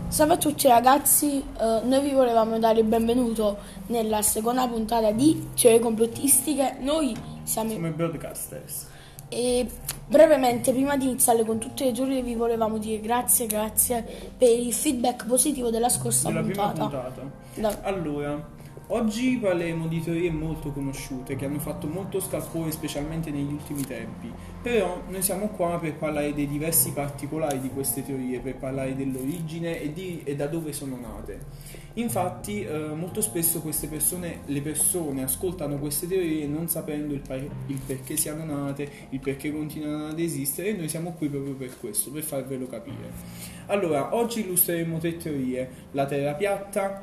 Salve a tutti ragazzi, noi vi volevamo dare il benvenuto nella seconda puntata di Teorie Complottistiche. Noi siamo Come broadcasters. e brevemente, prima di iniziare con tutte le teorie, vi volevamo dire grazie per il feedback positivo della scorsa Della prima puntata. puntata. Allora, oggi parleremo di teorie molto conosciute che hanno fatto molto scalpore, specialmente negli ultimi tempi. Però noi siamo qua per parlare dei diversi particolari di queste teorie, per parlare dell'origine e da dove sono nate. Infatti, molto spesso le persone ascoltano queste teorie non sapendo il perché siano nate, il perché continuano ad esistere, e noi siamo qui proprio per questo, per farvelo capire. Allora, oggi illustreremo tre teorie: la Terra piatta,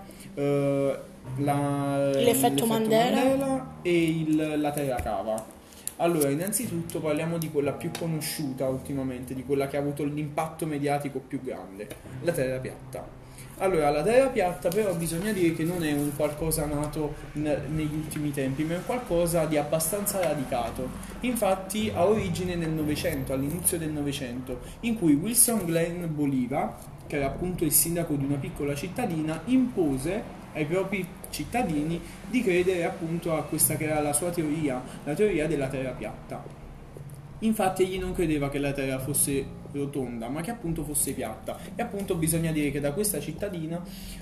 L'effetto Mandela e la Terra cava. Allora, innanzitutto parliamo di quella più conosciuta ultimamente, di quella che ha avuto l'impatto mediatico più grande, la Terra piatta. Allora, la Terra piatta però bisogna dire che non è un qualcosa nato negli ultimi tempi, ma è un qualcosa di abbastanza radicato. Infatti ha origine nel Novecento, all'inizio del Novecento, in cui Wilson Glenn Bolivar, che era appunto il sindaco di una piccola cittadina, impose ai propri cittadini di credere appunto a questa che era la sua teoria, la teoria della Terra piatta. Infatti egli non credeva che la Terra fosse rotonda, ma che appunto fosse piatta. E appunto bisogna dire che da questa cittadina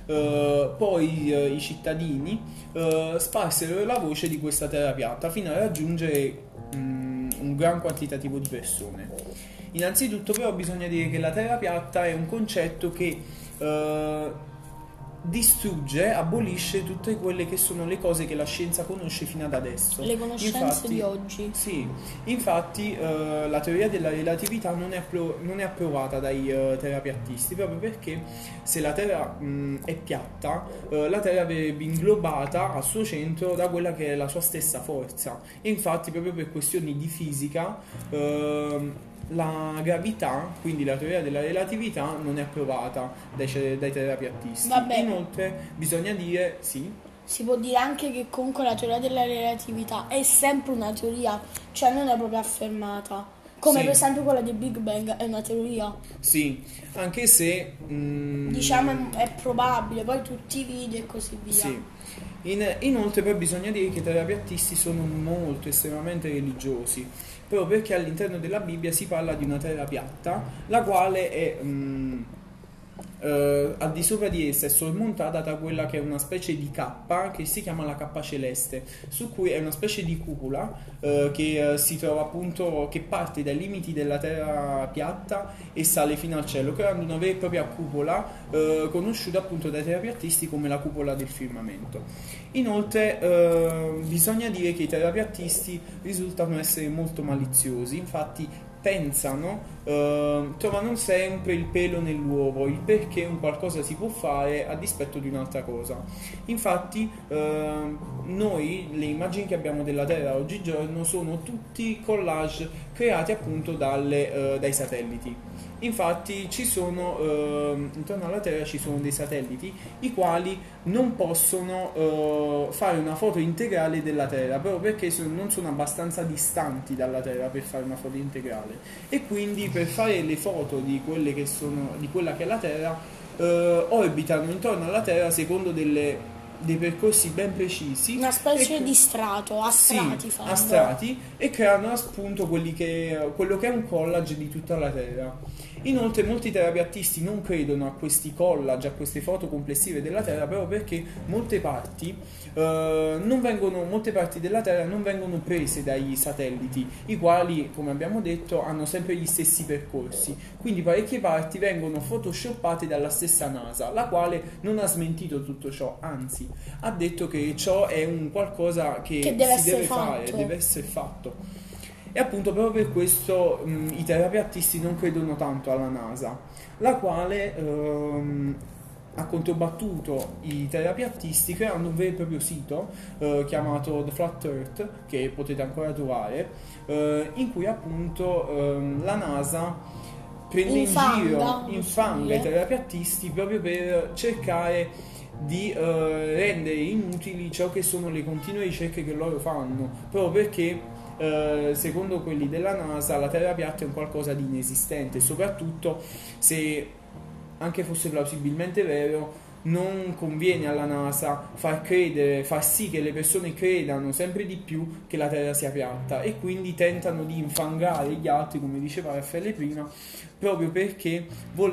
i cittadini sparsero la voce di questa Terra piatta fino a raggiungere un gran quantitativo di persone. Innanzitutto però bisogna dire che la Terra piatta è un concetto che distrugge, abolisce tutte quelle che sono le cose che la scienza conosce fino ad adesso. le conoscenze Infatti, di oggi. sì, infatti la teoria della relatività non è approvata dai terapiattisti, proprio perché se la Terra è piatta, la Terra verrebbe inglobata al suo centro da quella che è la sua stessa forza. E infatti proprio per questioni di fisica la gravità, quindi la teoria della relatività, non è approvata dai terapiattisti. Vabbè. Inoltre bisogna dire, sì, Si può dire anche che comunque la teoria della relatività è sempre una teoria, cioè non è proprio affermata. Come Sì. per esempio quella del Big Bang è una teoria. sì, anche se Diciamo è probabile, poi tutti i video e così via. sì. Inoltre poi bisogna dire che i terapiattisti sono molto estremamente religiosi, proprio perché all'interno della Bibbia si parla di una terra piatta, la quale è al di sopra di essa è sormontata da quella che è una specie di cappa che si chiama la cappa celeste, su cui è una specie di cupola che si trova appunto, che parte dai limiti della terra piatta e sale fino al cielo, creando una vera e propria cupola conosciuta appunto dai terapiattisti come la cupola del firmamento. Inoltre bisogna dire che i terapiattisti risultano essere molto maliziosi, infatti trovano sempre il pelo nell'uovo, il perché un qualcosa si può fare a dispetto di un'altra cosa. Infatti noi, le immagini che abbiamo della Terra oggigiorno sono tutti collage creati appunto dai satelliti. Infatti intorno alla Terra ci sono dei satelliti i quali non possono fare una foto integrale della Terra, proprio perché non sono abbastanza distanti dalla Terra per fare una foto integrale, e quindi per fare le foto di quella che è la Terra orbitano intorno alla Terra secondo dei percorsi ben precisi, Una specie di strato, a strati sì, fanno. a strati, e creano appunto quello che è un collage di tutta la Terra. Inoltre molti terapiattisti non credono a questi collage, a queste foto complessive della Terra, proprio perché molte parti della Terra non vengono prese dai satelliti, i quali, come abbiamo detto, hanno sempre gli stessi percorsi. Quindi parecchie parti vengono photoshoppate dalla stessa NASA, la quale non ha smentito tutto ciò, anzi ha detto che ciò è un qualcosa che deve si essere deve fare, fatto. deve essere fatto. E appunto proprio per questo i terapiattisti non credono tanto alla NASA, la quale ha controbattuto i terapiattisti creando un vero e proprio sito chiamato The Flat Earth, che potete ancora trovare, in cui appunto la NASA prende infanga i terapiattisti proprio per cercare di rendere inutili ciò che sono le continue ricerche che loro fanno, proprio perché secondo quelli della NASA la Terra piatta è un qualcosa di inesistente, soprattutto se anche fosse plausibilmente vero, non conviene alla NASA far sì che le persone credano sempre di più che la Terra sia piatta, e quindi tentano di infangare gli altri, come diceva Raffaele prima, proprio perché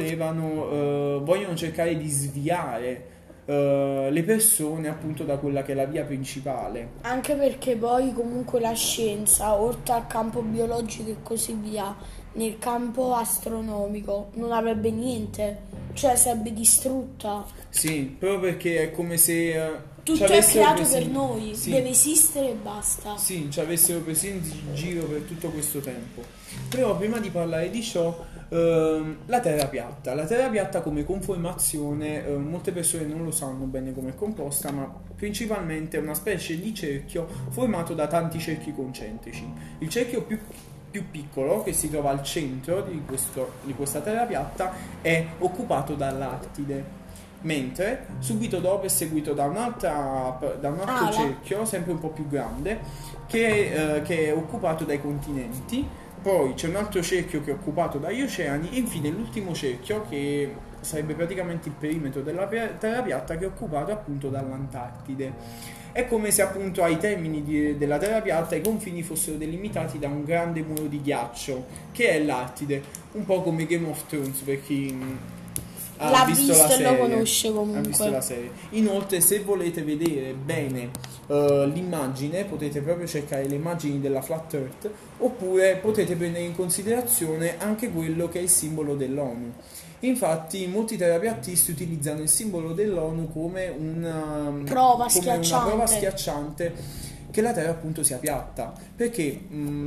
vogliono cercare di sviare le persone appunto da quella che è la via principale. Anche perché poi comunque la scienza, oltre al campo biologico e così via, nel campo astronomico non avrebbe niente, cioè sarebbe distrutta. Sì, proprio perché è come se ci Tutto è avessero creato presi- per noi, sì, deve esistere e basta. sì, ci avessero presi in giro per tutto questo tempo. Però prima di parlare di ciò, la Terra piatta. La Terra piatta come conformazione, molte persone non lo sanno bene come è composta, ma principalmente è una specie di cerchio formato da tanti cerchi concentrici. Il cerchio più piccolo, che si trova al centro di questa Terra piatta, è occupato dall'Artide. Mentre subito dopo è seguito da un altro cerchio, sempre un po' più grande, che è occupato dai continenti. Poi c'è un altro cerchio che è occupato dagli oceani, e infine l'ultimo cerchio, che sarebbe praticamente il perimetro della Terra piatta, che è occupato appunto dall'Antartide. È come se appunto ai termini della Terra piatta i confini fossero delimitati da un grande muro di ghiaccio, che è l'Artide, un po' come Game of Thrones per chi L'ha visto e lo conosce ha visto comunque. la serie. Inoltre, se volete vedere bene l'immagine, potete proprio cercare le immagini della Flat Earth, oppure potete prendere in considerazione anche quello che è il simbolo dell'ONU. Infatti molti terapiattisti utilizzano il simbolo dell'ONU come una Prova prova schiacciante. schiacciante che la Terra appunto sia piatta, perché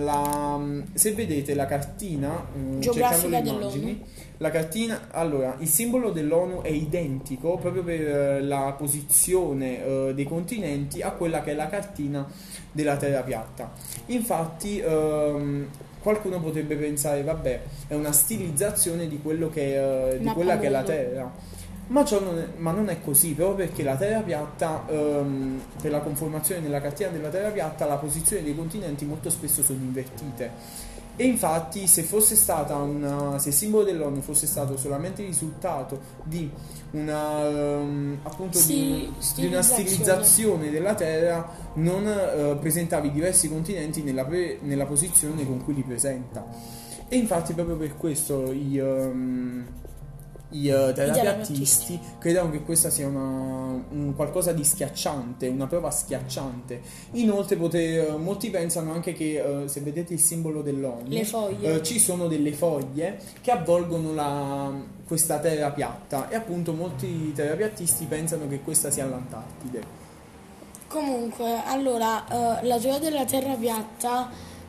se vedete la cartina, cercando Geografica le immagini, dell'ONU. la cartina, allora, il simbolo dell'ONU è identico proprio per la posizione dei continenti a quella che è la cartina della Terra piatta. Infatti, qualcuno potrebbe pensare, vabbè, è una stilizzazione di quello di quella che è la Mappamondo. Terra. Ma non è così, proprio perché la Terra piatta, per la conformazione della cartina della Terra piatta, la posizione dei continenti molto spesso sono invertite. E infatti, se il simbolo dell'ONU fosse stato solamente il risultato di appunto di una stilizzazione della Terra, non presentava i diversi continenti nella posizione con cui li presenta. E infatti proprio per questo i terapiattisti credono che questa sia un qualcosa di schiacciante, una prova schiacciante. Inoltre molti pensano anche che se vedete il simbolo dell'ONU, Le foglie. ci sono delle foglie che avvolgono questa terra piatta, e appunto molti terapiattisti pensano che questa sia l'Antartide. Comunque, allora, la teoria della terra piatta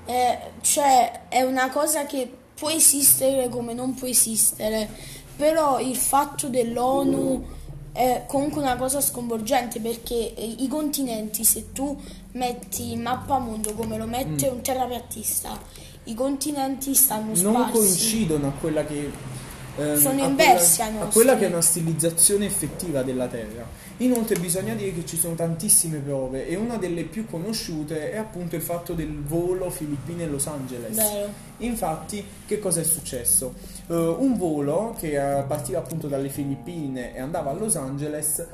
è una cosa che può esistere come non può esistere, però il fatto dell'ONU è comunque una cosa sconvolgente, perché i continenti, se tu metti in mappamondo come lo mette un terrapiattista, i continenti stanno sparsi. Non coincidono a quella che Sono inversi ai a quella nostri. che è una stilizzazione effettiva della Terra. Inoltre bisogna dire che ci sono tantissime prove, e una delle più conosciute è appunto il fatto del volo Filippine-Los Angeles. Vero. Infatti, che cosa è successo? Un volo che partiva appunto dalle Filippine e andava a Los Angeles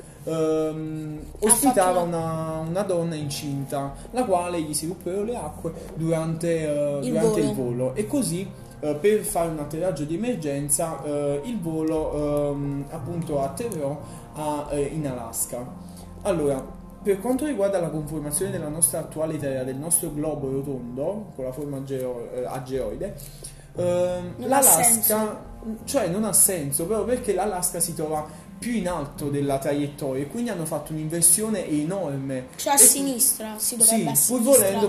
ospitava una donna incinta, la quale gli si ruppero le acque durante il volo, e così per fare un atterraggio di emergenza il volo appunto atterrò in Alaska. Allora, per quanto riguarda la conformazione della nostra attuale Terra, del nostro globo rotondo con la forma ageoide, l'Alaska, cioè non ha senso, proprio perché l'Alaska si trova più in alto della traiettoria, e quindi hanno fatto un'inversione enorme. Cioè a sinistra, si dovrebbe a Pur sinistra. volendo,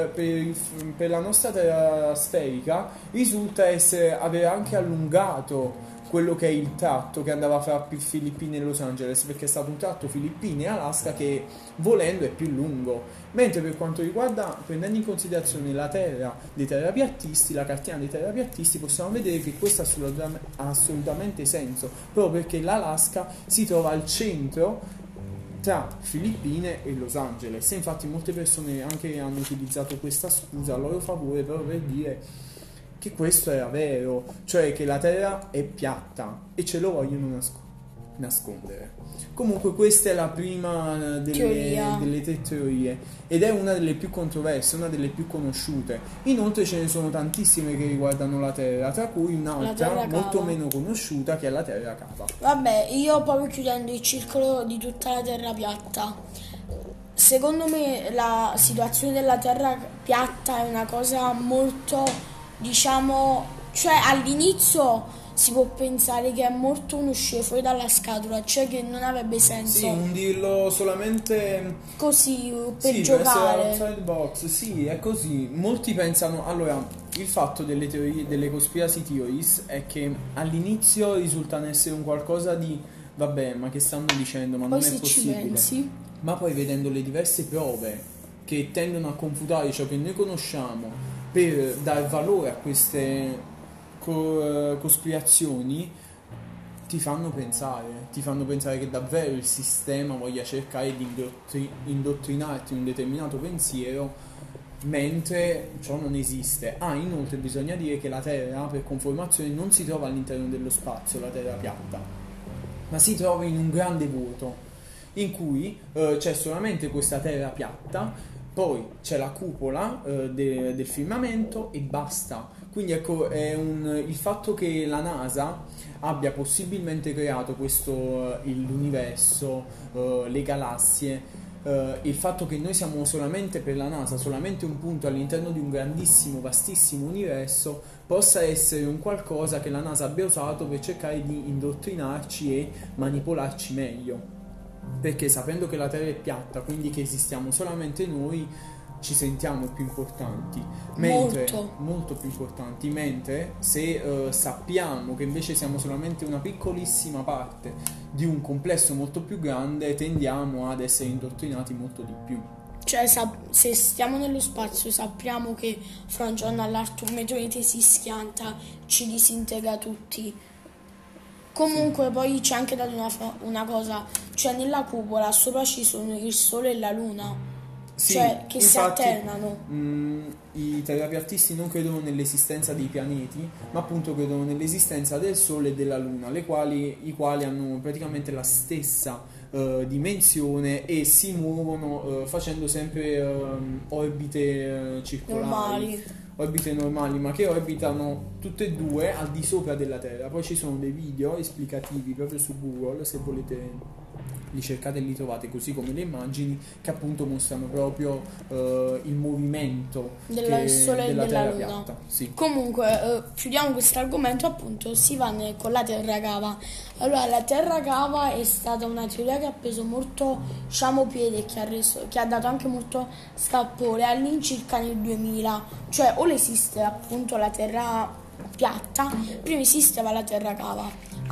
per la nostra Terra sferica risulta aver anche allungato quello che è il tratto che andava fra Filippine e Los Angeles, perché è stato un tratto Filippine e Alaska che volendo è più lungo. Mentre per quanto riguarda, prendendo in considerazione la Terra dei terapiattisti, la cartina dei terapiattisti, possiamo vedere che questo ha assolutamente senso, proprio perché l'Alaska si trova al centro tra Filippine e Los Angeles. E infatti molte persone anche hanno utilizzato questa scusa a loro favore, proprio per dire che questo era vero, cioè che la Terra è piatta e ce lo vogliono nascondere. Comunque questa è la prima delle tre teorie ed è una delle più controverse, una delle più conosciute. Inoltre ce ne sono tantissime che riguardano la Terra, tra cui un'altra molto meno conosciuta che è la Terra cava. Vabbè, io proprio chiudendo il circolo di tutta la Terra piatta, secondo me la situazione della Terra piatta è una cosa molto, diciamo, cioè all'inizio si può pensare che è molto uno uscire fuori dalla scatola, cioè che non avrebbe senso. Sì, un dirlo solamente così per sì, giocare. per essere outside box, sì, è così. Molti pensano, allora, il fatto delle teorie, delle conspiracy theories è che all'inizio risultano essere un qualcosa di vabbè, ma che stanno dicendo, ma Poi non è se ci possibile. pensi, Ma poi vedendo le diverse prove che tendono a confutare ciò che noi conosciamo per dar valore a queste cospirazioni, ti fanno pensare che davvero il sistema voglia cercare di indottrinarti in un determinato pensiero, mentre ciò non esiste. Inoltre bisogna dire che la Terra, per conformazione, non si trova all'interno dello spazio, la Terra piatta, ma si trova in un grande vuoto, in cui c'è solamente questa Terra piatta, poi c'è la cupola del firmamento e basta. Quindi ecco, il fatto che la NASA abbia possibilmente creato questo, l'universo, le galassie, il fatto che noi siamo solamente per la NASA, solamente un punto all'interno di un grandissimo, vastissimo universo, possa essere un qualcosa che la NASA abbia usato per cercare di indottrinarci e manipolarci meglio. Perché sapendo che la Terra è piatta, quindi che esistiamo solamente noi, ci sentiamo più importanti, mentre molto più importanti, mentre se sappiamo che invece siamo solamente una piccolissima parte di un complesso molto più grande, tendiamo ad essere indottrinati molto di più. Cioè se stiamo nello spazio sappiamo che fra un giorno all'altro un meteorite si schianta, ci disintegra tutti. Comunque poi c'è anche da una cosa, cioè nella cupola sopra ci sono il sole e la luna. Sì, cioè che infatti, si alternano. I terrapiattisti non credono nell'esistenza dei pianeti, ma appunto credono nell'esistenza del Sole e della Luna, i quali hanno praticamente la stessa dimensione e si muovono facendo sempre orbite circolari, orbite normali, ma che orbitano tutte e due al di sopra della Terra. Poi ci sono dei video esplicativi proprio su Google, se volete li cercate e li trovate, così come le immagini che appunto mostrano proprio il movimento del Sole e della della Terra Luna. piatta. Sì. Comunque chiudiamo questo argomento, appunto si va con la terra cava. Allora, la terra cava è stata una teoria che ha preso molto, diciamo, piede e che ha dato anche molto scalpore all'incirca nel 2000. Cioè o esiste appunto la terra piatta, prima esisteva la terra cava.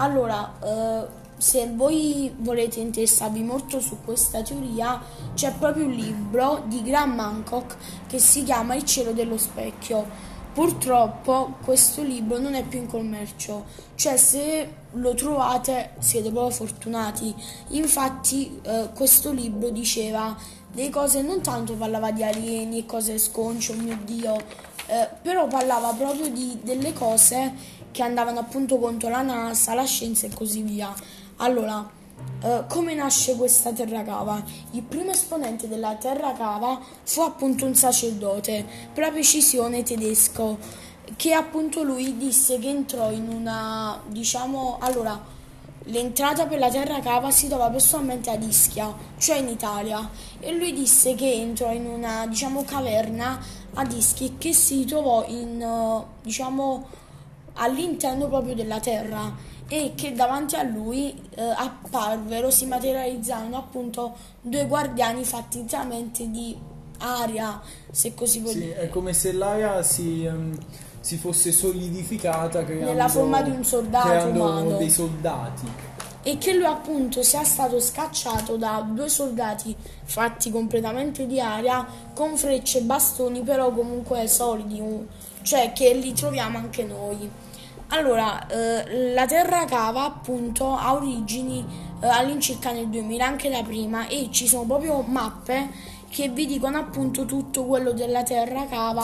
Allora, se voi volete interessarvi molto su questa teoria, c'è proprio un libro di Graham Hancock che si chiama Il cielo dello specchio. Purtroppo questo libro non è più in commercio, cioè se lo trovate siete proprio fortunati. Infatti questo libro diceva delle cose, non tanto parlava di alieni e cose sconce, oh mio Dio, però parlava proprio di delle cose che andavano appunto contro la NASA, la scienza e così via. Allora, come nasce questa terra cava? Il primo esponente della terra cava fu appunto un sacerdote, per la precisione tedesco, che appunto lui disse che entrò in una, diciamo, allora, l'entrata per la terra cava si trova personalmente ad Ischia, cioè in Italia, e lui disse che entrò in una, diciamo, caverna ad Ischia che si trovò in, diciamo, all'interno proprio della terra, e che davanti a lui apparvero, si materializzarono appunto due guardiani fatti interamente di aria, se così vuoi dire. Sì, è come se l'aria si fosse solidificata Nella forma di un soldato umano, dei soldati. E che lui appunto sia stato scacciato da due soldati fatti completamente di aria, con frecce e bastoni, però comunque solidi, cioè che li troviamo anche noi. Allora, la terra cava appunto ha origini all'incirca nel 2000, anche da prima, e ci sono proprio mappe che vi dicono appunto tutto quello della terra cava,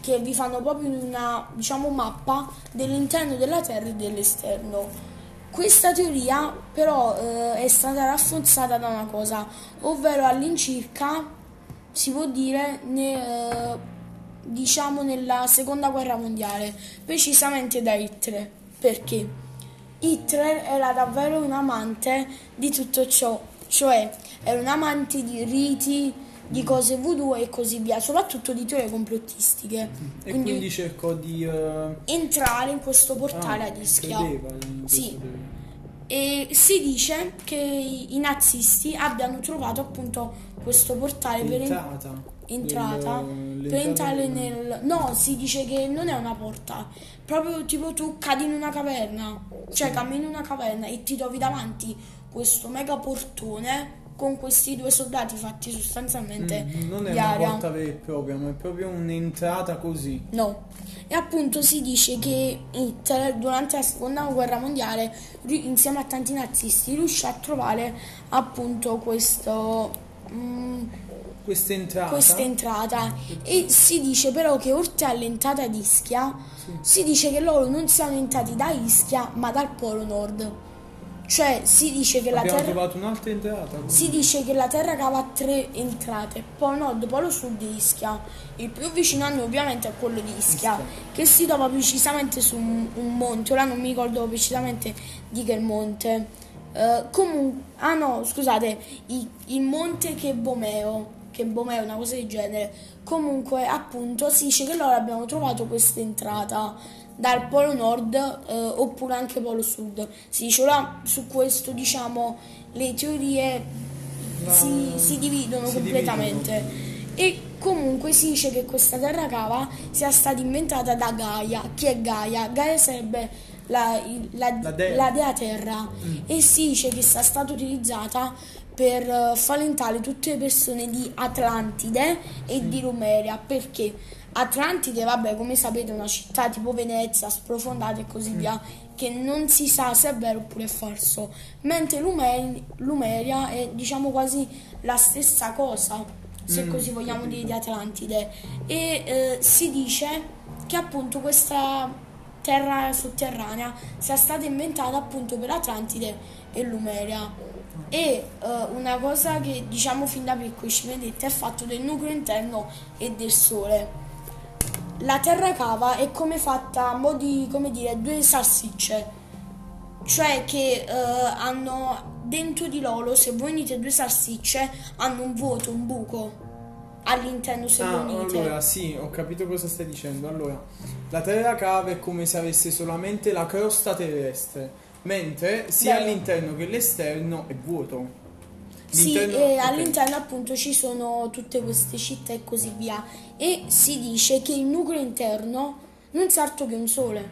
che vi fanno proprio una, diciamo, mappa dell'interno della Terra e dell'esterno. Questa teoria però è stata rafforzata da una cosa, ovvero all'incirca, si può dire, diciamo nella seconda guerra mondiale, precisamente da Hitler. Perché? Hitler era davvero un amante di tutto ciò, cioè era un amante di riti, di cose voodoo e così via, soprattutto di teorie complottistiche. E quindi cercò di entrare in questo portale ad Ischia. credeva in Sì. questa teoria. E si dice che i nazisti abbiano trovato appunto questo portale per entrare nel... No, si dice che non è una porta, proprio tipo tu cadi in una caverna, cioè cammini in una caverna e ti trovi davanti questo mega portone con questi due soldati fatti sostanzialmente non è di una aria. porta vera e propria, ma è proprio un'entrata così. No, e appunto si dice che Hitler durante la seconda guerra mondiale, insieme a tanti nazisti, riuscì a trovare appunto questa entrata. E si dice però che oltre all'entrata di Ischia, si dice che loro non siano entrati da Ischia ma dal Polo Nord. Cioè si dice che Abbiamo la Terra... trovato un'altra entrata. Si dice che la Terra cava 3 entrate, Polo Nord, Polo Sud e Ischia. Il più vicino a noi ovviamente è quello di Ischia, che si trova precisamente su un monte, ora non mi ricordo precisamente di che monte. Il monte che Bomeo, una cosa del genere. Comunque appunto si dice che loro abbiano trovato questa entrata dal Polo Nord oppure anche Polo Sud. Si dice ora su questo, diciamo, le teorie si dividono completamente. E comunque si dice che questa terra cava sia stata inventata da Gaia. Chi è Gaia? Gaia sarebbe la dea terra. E si dice che sia stata utilizzata per falentare tutte le persone di Atlantide e di Lumeria. Perché? Atlantide, vabbè, come sapete, è una città tipo Venezia, sprofondata e così via, che non si sa se è vero oppure è falso, mentre Lumeria è, diciamo, quasi la stessa cosa, se così vogliamo dire, di Atlantide. E si dice che appunto questa terra sotterranea sia stata inventata appunto per Atlantide e Lumeria. E una cosa che, diciamo, fin da piccoli ci vedete è il fatto del nucleo interno e del Sole. La terra cava è come fatta a mo' di, come dire, due salsicce, cioè che hanno dentro di loro, se voi unite due salsicce, hanno un vuoto, un buco all'interno se lo unite. Allora sì, ho capito cosa stai dicendo. Allora, la terra cava è come se avesse solamente la crosta terrestre, mentre sia all'interno che all'esterno è vuoto. Sì, e all'interno appunto ci sono tutte queste città e così via. E si dice che il nucleo interno non sia altro che un sole.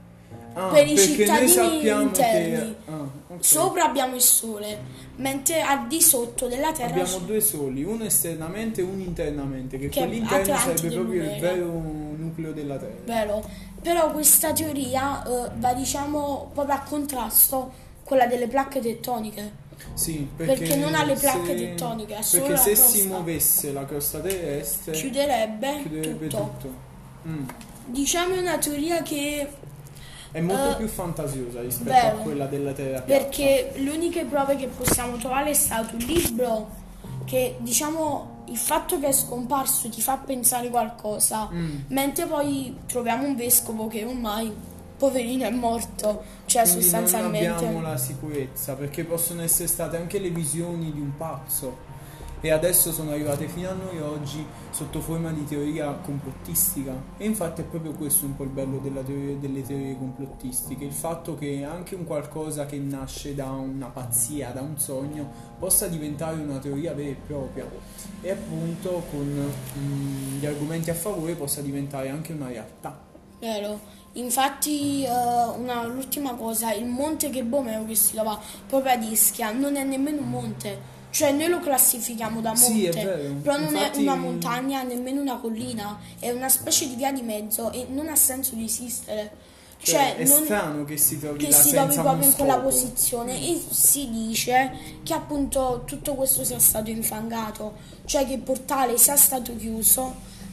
Per i cittadini interni. Sopra abbiamo il sole, mentre al di sotto della terra abbiamo due soli, uno esternamente e uno internamente, che quell'interno sarebbe proprio il vero nucleo della terra. Vero. Però questa teoria va, diciamo, proprio a contrasto con quella delle placche tettoniche. Sì, perché non ha le placche tettoniche, ha solo perché la se crosta. si muovesse la crosta terrestre chiuderebbe tutto. Diciamo è una teoria che è molto più fantasiosa rispetto a quella della terra piatta. Perché le uniche prove che possiamo trovare è stato un libro che, diciamo, il fatto che è scomparso ti fa pensare qualcosa, mentre poi troviamo un vescovo che ormai, poverino, è morto, cioè quindi sostanzialmente non abbiamo la sicurezza, perché possono essere state anche le visioni di un pazzo e adesso sono arrivate fino a noi oggi sotto forma di teoria complottistica. E infatti è proprio questo un po' il bello delle teorie complottistiche, il fatto che anche un qualcosa che nasce da una pazzia, da un sogno, possa diventare una teoria vera e propria e appunto con gli argomenti a favore possa diventare anche una realtà. Vero. Infatti l'ultima cosa, il monte che Bomeo, che si trova proprio ad Ischia, non è nemmeno un monte, cioè noi lo classifichiamo da monte, sì, è vero. però non infatti è una montagna, nemmeno una collina, è una specie di via di mezzo e non ha senso di esistere. Cioè è strano che si trovi proprio in quella posizione e si dice che appunto tutto questo sia stato infangato, cioè che il portale sia stato chiuso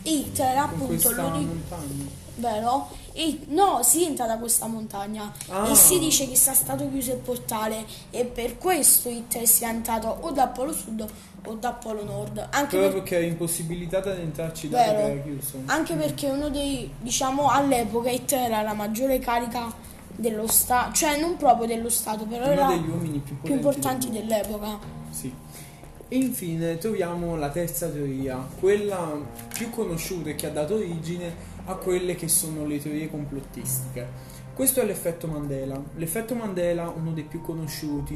Hitler con appunto questa lo montagna. vero? E, no, si entra da questa montagna Ah. e si dice che sia stato chiuso il portale e per questo Hitler sia entrato o dal polo sud o dal polo nord. Anche Proprio per- perché era impossibilitata ad entrarci dato che vero, era chiuso. anche perché uno dei, diciamo all'epoca Hitler era la maggiore carica dello Stato, cioè non proprio dello Stato, però Uno era degli uomini più più potenti importanti del mondo. dell'epoca. Sì. E infine troviamo la terza teoria, quella più conosciuta e che ha dato origine a quelle che sono le teorie complottistiche. Questo è l'effetto Mandela. L'effetto Mandela, uno dei più conosciuti,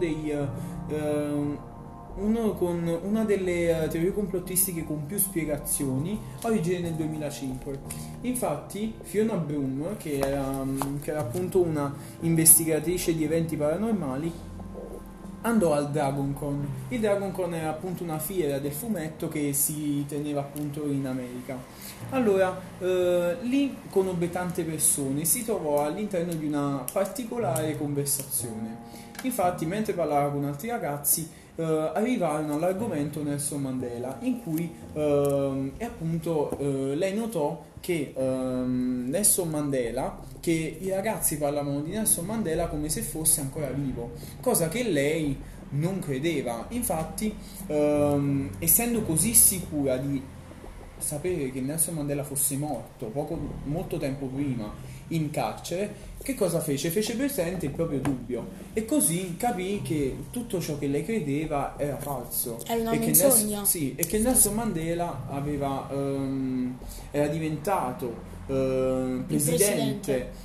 uno con una delle teorie complottistiche con più spiegazioni, ha origine nel 2005. Infatti Fiona Broom, che era appunto una investigatrice di eventi paranormali, andò al DragonCon. Il DragonCon era appunto una fiera del fumetto che si teneva appunto in America. Allora, lì conobbe tante persone e si trovò all'interno di una particolare conversazione. Infatti, mentre parlava con altri ragazzi, arrivarono all'argomento Nelson Mandela, in cui e appunto lei notò che Nelson Mandela, che i ragazzi parlavano di Nelson Mandela come se fosse ancora vivo, cosa che lei non credeva. Infatti, essendo così sicura di sapere che Nelson Mandela fosse morto molto tempo prima in carcere, che cosa fece? Fece presente il proprio dubbio e così capì che tutto ciò che lei credeva era falso. Era una E che menzogna. sì, e che Nelson Mandela era diventato presidente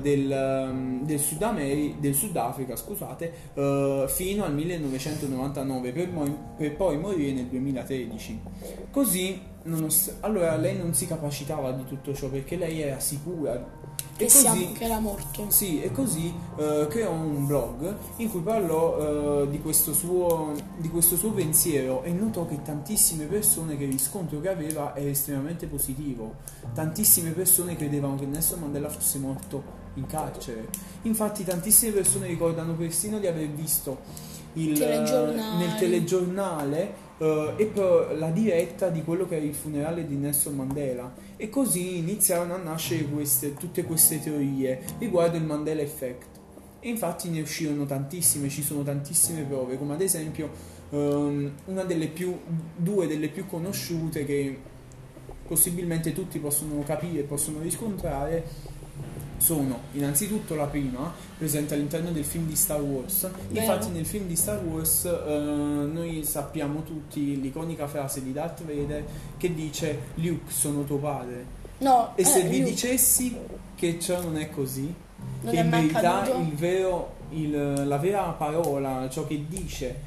del Sudafrica, scusate, fino al 1999 per poi morire nel 2013. Così, allora lei non si capacitava di tutto ciò perché lei era sicura. E così, Che era morto. sì, e così creò un blog in cui parlò di questo suo pensiero e notò che tantissime persone, che il riscontro che aveva era estremamente positivo. Tantissime persone credevano che Nelson Mandela fosse morto in carcere. Infatti tantissime persone ricordano persino di aver visto nel telegiornale la diretta di quello che era il funerale di Nelson Mandela, e così iniziarono a nascere tutte queste teorie riguardo il Mandela Effect. E infatti ne uscirono tantissime, ci sono tantissime prove, come ad esempio due delle più conosciute che possibilmente tutti possono capire, possono riscontrare, sono innanzitutto la prima, presente all'interno del film di Star Wars. Infatti nel film di Star Wars noi sappiamo tutti l'iconica frase di Darth Vader che dice: Luke, sono tuo padre. No, E se vi Luke dicessi che ciò non è così, non che è in mai verità accaduto. la vera parola, ciò che dice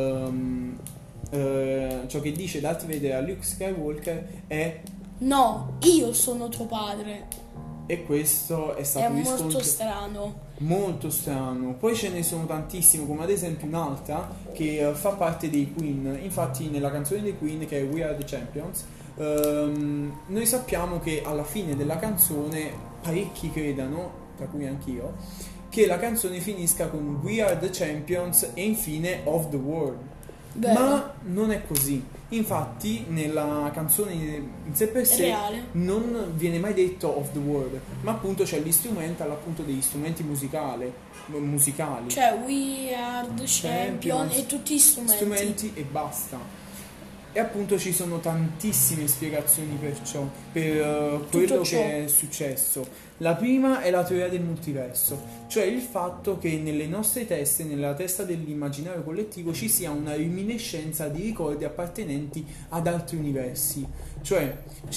Darth Vader a Luke Skywalker è: No, io sono tuo padre. e questo è È stato molto strano. molto strano. Poi ce ne sono tantissime, come ad esempio un'altra che fa parte dei Queen. Infatti nella canzone dei Queen, che è We Are The Champions, noi sappiamo che alla fine della canzone parecchi credano, tra cui anch'io, che la canzone finisca con We Are The Champions e infine of the world. Vero. Ma non è così. Infatti nella canzone in sé per sé Reale. non viene mai detto of the world, ma appunto c'è l'istrumental, appunto degli strumenti musicali, Cioè We Are The Champion Champions, e tutti gli strumenti. e basta. E appunto ci sono tantissime spiegazioni per ciò, per quello ciò. che è successo. La prima è la teoria del multiverso, cioè il fatto che nelle nostre teste, nella testa dell'immaginario collettivo, ci sia una reminiscenza di ricordi appartenenti ad altri universi. Cioè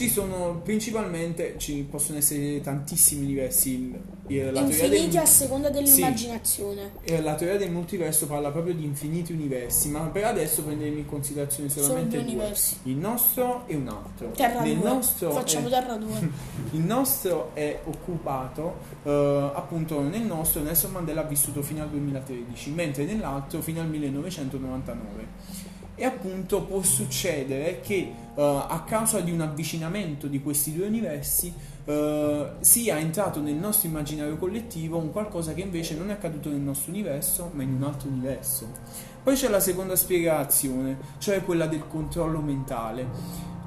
ci possono essere tantissimi universi. Infiniti a seconda dell'immaginazione. Sì, la teoria del multiverso parla proprio di infiniti universi, ma per adesso prenderemo in considerazione solamente Solo due due, universi. il nostro e un altro. Terra Nel 2. nostro Facciamo è- Terra 2. il nostro è occupato, appunto nel nostro Nelson Mandela ha vissuto fino al 2013, mentre nell'altro fino al 1999. E appunto può succedere che a causa di un avvicinamento di questi due universi sia entrato nel nostro immaginario collettivo un qualcosa che invece non è accaduto nel nostro universo ma in un altro universo. Poi c'è la seconda spiegazione, cioè quella del controllo mentale.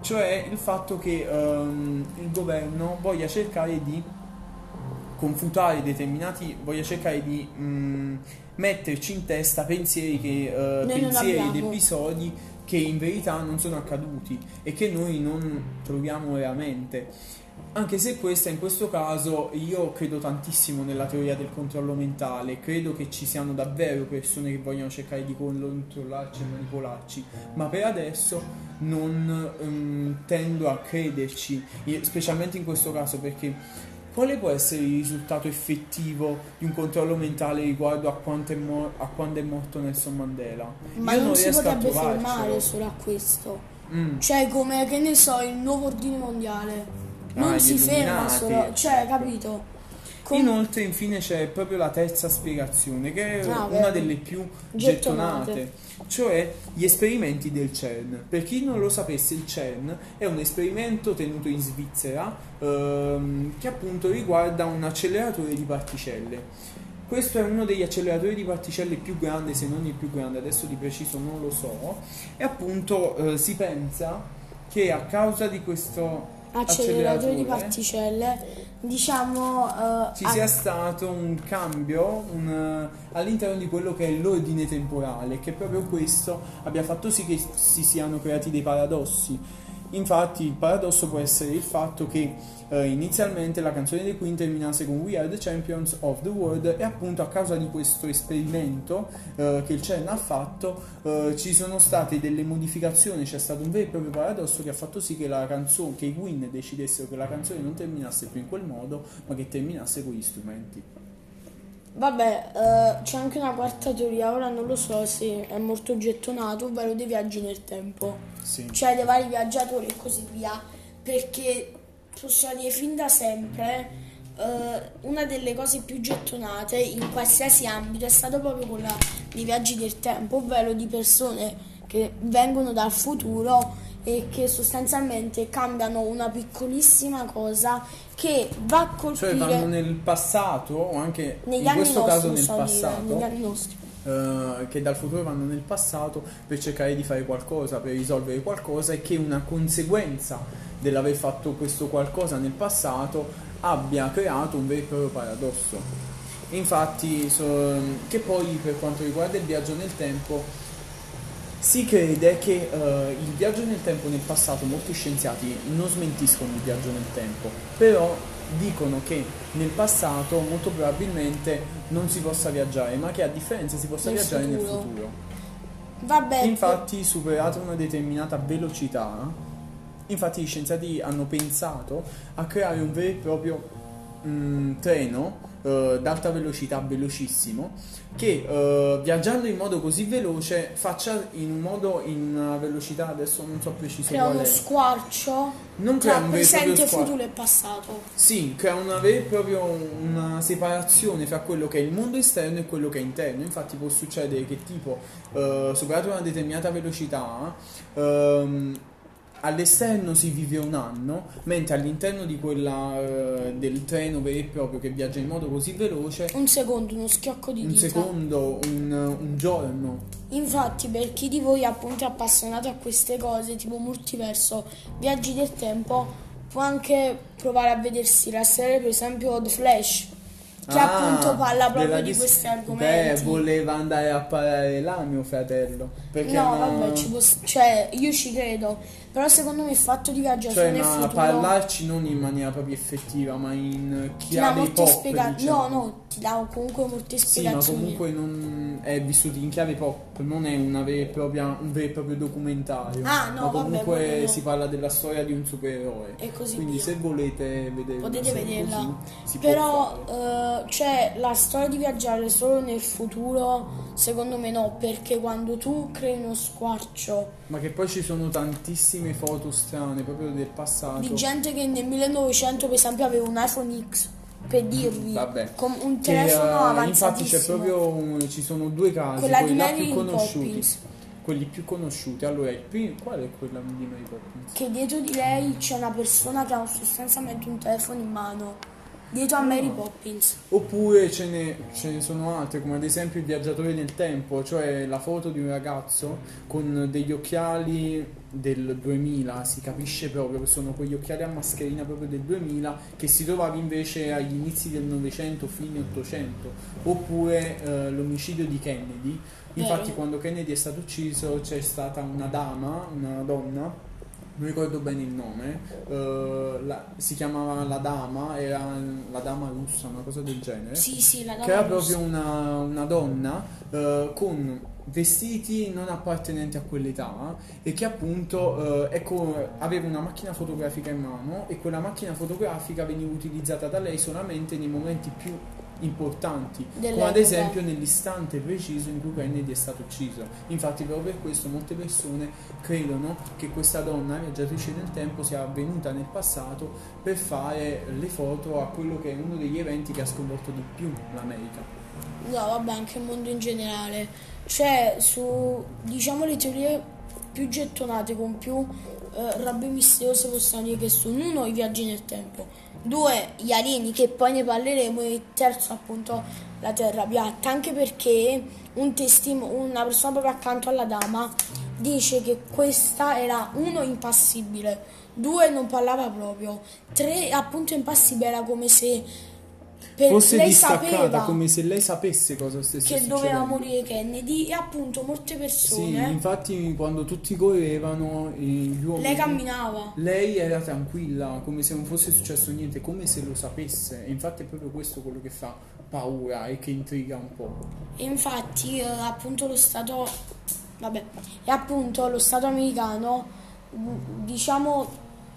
cioè il fatto che il governo voglia cercare di confutare voglia cercare di metterci in testa pensieri Noi non pensieri ed abbiamo. episodi che in verità non sono accaduti e che noi non troviamo veramente. Anche se in questo caso, io credo tantissimo nella teoria del controllo mentale, credo che ci siano davvero persone che vogliono cercare di controllarci e manipolarci, ma per adesso non tendo a crederci, specialmente in questo caso, perché quale può essere il risultato effettivo di un controllo mentale riguardo a quando è morto Nelson Mandela? Ma Io non non si riesco a potrebbe fermare trovarcelo. solo a questo. Mm. Cioè, come che ne so, il nuovo ordine mondiale. Ah, Non gli si ferma illuminati. solo, cioè, capito? Inoltre, infine, c'è proprio la terza spiegazione, che è una vero. delle più Gettonate. gettonate, cioè gli esperimenti del CERN. Per chi non lo sapesse, il CERN è un esperimento tenuto in Svizzera che appunto riguarda un acceleratore di particelle. Questo è uno degli acceleratori di particelle più grande, se non il più grande, adesso di preciso non lo so, e appunto si pensa che a causa di questo Acceleratore di acceleratore particelle, diciamo, ci sia stato un cambio all'interno di quello che è l'ordine temporale, che proprio questo abbia fatto sì che si siano creati dei paradossi. Infatti il paradosso può essere il fatto che inizialmente la canzone dei Queen terminasse con We are the champions of the world, e appunto a causa di questo esperimento che il CERN ha fatto ci sono state delle modificazioni, c'è stato un vero e proprio paradosso che ha fatto sì che la canzone, che i Queen decidessero che la canzone non terminasse più in quel modo, ma che terminasse con gli strumenti. vabbè, c'è anche una quarta teoria, ora non lo so se è molto gettonato, ovvero dei viaggi nel tempo. Sì. Cioè dei vari viaggiatori e così via, perché possiamo dire fin da sempre una delle cose più gettonate in qualsiasi ambito è stato proprio quella dei viaggi del tempo, ovvero di persone che vengono dal futuro e che sostanzialmente cambiano una piccolissima cosa che va a Cioè vanno colpire nel passato, o anche negli in anni questo nostri, caso nel so dire, negli passato, anni nostri. che dal futuro vanno nel passato per cercare di fare qualcosa, per risolvere qualcosa, e che una conseguenza dell'aver fatto questo qualcosa nel passato abbia creato un vero e proprio paradosso. Infatti, che poi per quanto riguarda il viaggio nel tempo, si crede che il viaggio nel tempo nel passato, molti scienziati non smentiscono il viaggio nel tempo, però dicono che nel passato molto probabilmente non si possa viaggiare, ma che a differenza si possa Nel viaggiare nel futuro. futuro. Vabbè, Infatti, superata una determinata velocità, infatti gli scienziati hanno pensato a creare un vero e proprio treno d'alta velocità, velocissimo, che viaggiando in modo così veloce faccia in una velocità, adesso non so preciso crea qual uno è, squarcio non crea tra un vero e proprio presente, squarcio. futuro e passato. Sì, crea una vera e propria una separazione fra quello che è il mondo esterno e quello che è interno. Infatti può succedere che tipo, superata una determinata velocità, all'esterno si vive un anno, mentre all'interno di del treno vero e proprio che viaggia in modo così veloce, Un secondo, uno schiocco di un dita. secondo, un giorno. Infatti, per chi di voi appunto è appassionato a queste cose, tipo multiverso, viaggi del tempo, può anche provare a vedersi la serie, per esempio The Flash, che appunto parla proprio di questi argomenti. Beh, voleva andare a parare là mio fratello. Perché No, vabbè, cioè, io ci credo, però secondo me il fatto di viaggiare cioè, solo nel ma futuro parlarci non in maniera proprio effettiva, ma in ti dà chiave molte pop, spiegazioni. diciamo. No, ti dà comunque molte Sì, ma spiegazioni. comunque non è vissuto in chiave pop, non è una vera e propria, un vero e proprio documentario. Ah, no, ma vabbè, comunque quello no. si parla della storia di un supereroe. E così Quindi via. se volete vedere Potete una serie vederla. così, si può Però fare. cioè la storia di viaggiare solo nel futuro secondo me no, perché quando tu crei uno squarcio Ma che poi ci sono tantissime foto strane proprio del passato. di gente che nel 1900 per esempio aveva un iPhone X, per dirvi, Vabbè. con un Che, telefono infatti c'è avanzatissimo. proprio ci sono due casi, Quella di quelli là Mary più conosciuti. Poppins, Quelli più conosciuti. Allora, qual è quella di Mary Poppins? che dietro di lei c'è una persona che ha sostanzialmente un telefono in mano. dietro a Mary Poppins. Oppure ce ne sono altre, come ad esempio il viaggiatore nel tempo, cioè la foto di un ragazzo con degli occhiali del 2000, si capisce proprio che sono quegli occhiali a mascherina proprio del 2000, che si trovava invece agli inizi del Novecento, fine 800. Oppure l'omicidio di Kennedy. Infatti Vero. quando Kennedy è stato ucciso c'è stata una donna, non ricordo bene il nome, si chiamava la dama, era la dama russa, una cosa del genere, Sì, la che era dama rossa. proprio una donna con vestiti non appartenenti a quell'età e che appunto aveva una macchina fotografica in mano, e quella macchina fotografica veniva utilizzata da lei solamente nei momenti più importanti, come ad Dell'epoca. esempio nell'istante preciso in cui Kennedy è stato ucciso. Infatti proprio per questo molte persone credono che questa donna viaggiatrice nel tempo sia avvenuta nel passato per fare le foto a quello che è uno degli eventi che ha sconvolto di più l'America. No, vabbè, anche il mondo in generale. Cioè, su, diciamo, le teorie più gettonate, con più robe misteriose, possiamo dire che sono: uno, i viaggi nel tempo; due, gli alieni, che poi ne parleremo; e terzo, appunto, la terra piatta. Anche perché una persona proprio accanto alla dama dice che questa era, uno, impassibile; due, non parlava proprio; tre, appunto, impassibile, era come se Fosse lei distaccata, sapeva come se lei sapesse cosa stesse che doveva succedendo. morire Kennedy, e appunto molte Sì, persone, infatti quando tutti correvano, gli uomini, lei camminava. lei era tranquilla, come se non fosse successo niente, come se lo sapesse. E infatti è proprio questo quello che fa paura e che intriga un po'. E infatti appunto lo Stato, vabbè, e appunto lo Stato americano, diciamo,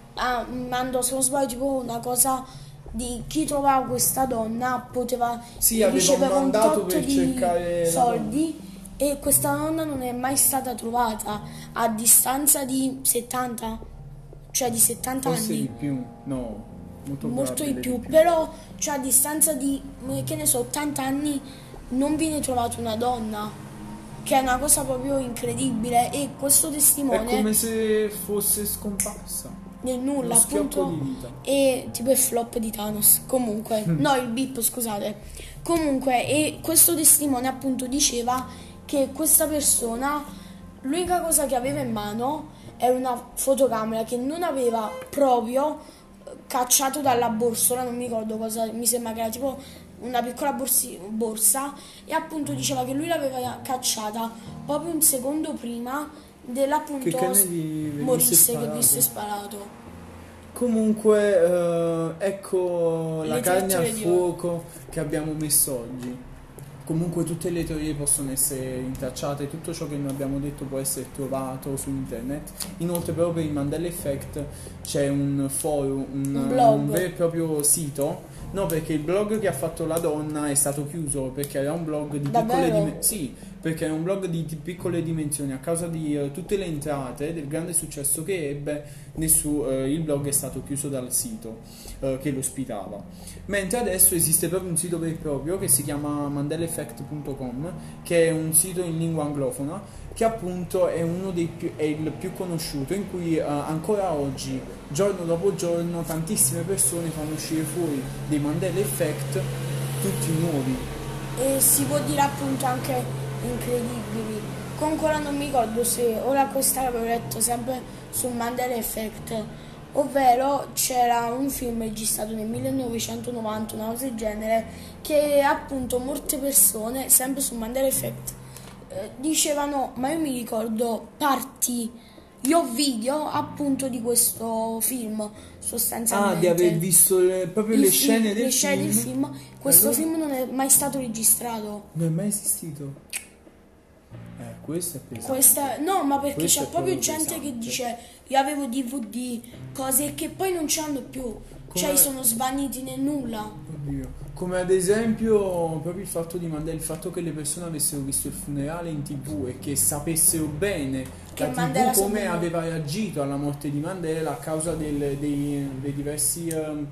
mandò, se non sbaglio, tipo una cosa di chi trovava questa donna poteva Sì, aveva un ricevere un mandato tot per di cercare la soldi. E questa donna non è mai stata trovata a distanza di 70, cioè di 70 forse anni. di più, no, molto Molto di probabile più, però cioè a distanza di, che ne so, 80 anni non viene trovata una donna, che è una cosa proprio incredibile. E questo È testimone come se fosse scomparsa, nel uno nulla, schiocco appunto, di dita. è tipo il flop di Thanos. Comunque, no, il bip, scusate. Comunque, e questo testimone appunto diceva che questa persona, l'unica cosa che aveva in mano era una fotocamera che non aveva proprio cacciato dalla borsa. Ora non mi ricordo cosa, mi sembra che era tipo una piccola borsa, e appunto diceva che lui l'aveva cacciata proprio un secondo prima Che dell'appunto Kennedy venisse morisse, che sparato. venisse sparato. Comunque, ecco la Le carne al trattore di oro. fuoco che abbiamo messo oggi. Comunque tutte le teorie possono essere rintracciate, tutto ciò che noi abbiamo detto può essere trovato su internet. Inoltre proprio per il Mandela Effect c'è un forum, Un blog. un vero e proprio sito. No, perché il blog che ha fatto la donna è stato chiuso perché era un blog di piccole Davvero? dimensioni. Sì, perché era un blog di piccole dimensioni. A causa di tutte le entrate, del grande successo che ebbe, il blog è stato chiuso dal sito che lo ospitava. Mentre adesso esiste proprio un sito vero e proprio che si chiama mandelaeffect.com, che è un sito in lingua anglofona, che appunto è uno dei più, è il più conosciuto, in cui ancora oggi, giorno dopo giorno, tantissime persone fanno uscire fuori dei Mandela Effect tutti nuovi. E si può dire appunto anche incredibili. Comunque ora non mi ricordo se ora questa l'avevo letto sempre sul Mandela Effect, ovvero c'era un film registrato nel 1990, una cosa del genere, che appunto molte persone, sempre sul Mandela Effect, dicevano: ma io mi ricordo parti, io ho video appunto di questo film, sostanzialmente. Ah, di aver visto proprio le scene del film. Questo Allora- film non è mai stato registrato. Non è mai esistito. Questo è pesante. No, ma perché Questo c'è è proprio proprio gente che pesante. dice: io avevo DVD, cose che poi non c'hanno più, cioè Come- sono svaniti nel nulla. Oddio. Come ad esempio proprio il fatto di Mandela, il fatto che le persone avessero visto il funerale in TV e che sapessero bene Che la TV Mandela come sapeva. aveva reagito alla morte di Mandela a causa dei diversi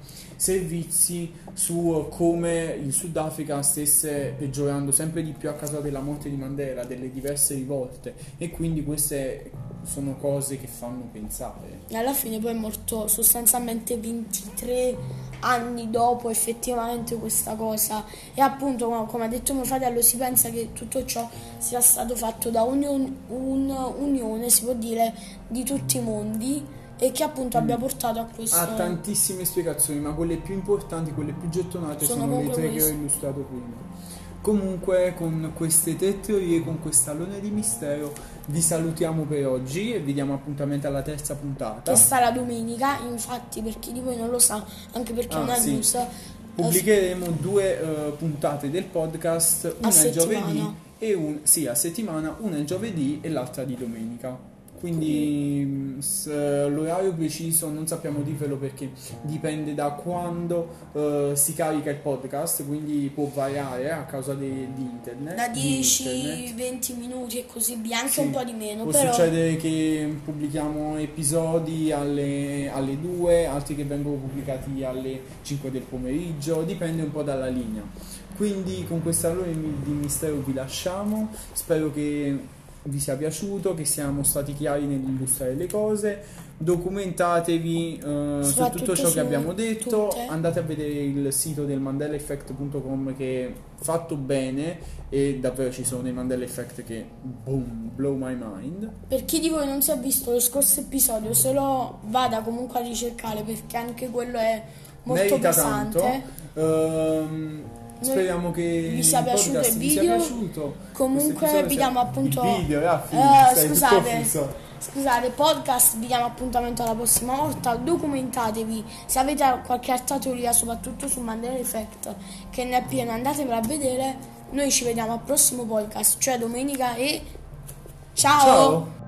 servizi su come il Sudafrica stesse peggiorando sempre di più a causa della morte di Mandela, delle diverse rivolte, e quindi queste sono cose che fanno pensare. E alla fine poi è morto sostanzialmente 23 anni dopo effettivamente questa cosa. E appunto, come ha detto mio fratello, si pensa che tutto ciò sia stato fatto da un'unione, si può dire, di tutti i mondi, e che appunto abbia portato a questo. Ha tantissime spiegazioni, ma quelle più importanti, quelle più gettonate sono le tre che ho illustrato prima. Comunque, con queste tre teorie, con quest'alone di mistero, vi salutiamo per oggi e vi diamo appuntamento alla terza puntata. Che sarà domenica, infatti, per chi di voi non lo sa, anche perché è una news. Pubblicheremo 2 puntate del podcast, una il giovedì e a settimana, una il giovedì e l'altra di domenica. Quindi l'orario preciso non sappiamo dirvelo perché dipende da quando si carica il podcast, quindi può variare a causa di internet. Da 10-20 minuti e così via, anche un po' di meno. Può succedere che pubblichiamo episodi alle 2, altri che vengono pubblicati alle 5 del pomeriggio, dipende un po' dalla linea. Quindi con quest'alone di mistero vi lasciamo, spero che vi sia piaciuto, che siamo stati chiari nell'illustrare le cose. Documentatevi su tutto ciò che abbiamo detto, andate a vedere il sito del mandelaeffect.com che è fatto bene e davvero ci sono dei Mandela Effect che boom, blow my mind. Per chi di voi non si è visto lo scorso episodio, se lo vada comunque a ricercare perché anche quello è molto merita pesante. Tanto. Speriamo che vi sia piaciuto il video. Comunque vi diamo appunto scusate, podcast, vi diamo appuntamento alla prossima volta. Documentatevi, se avete qualche altra teoria soprattutto sul Mandela Effect che ne è pieno, andatevela a vedere. Noi ci vediamo al prossimo podcast, cioè domenica, e ciao.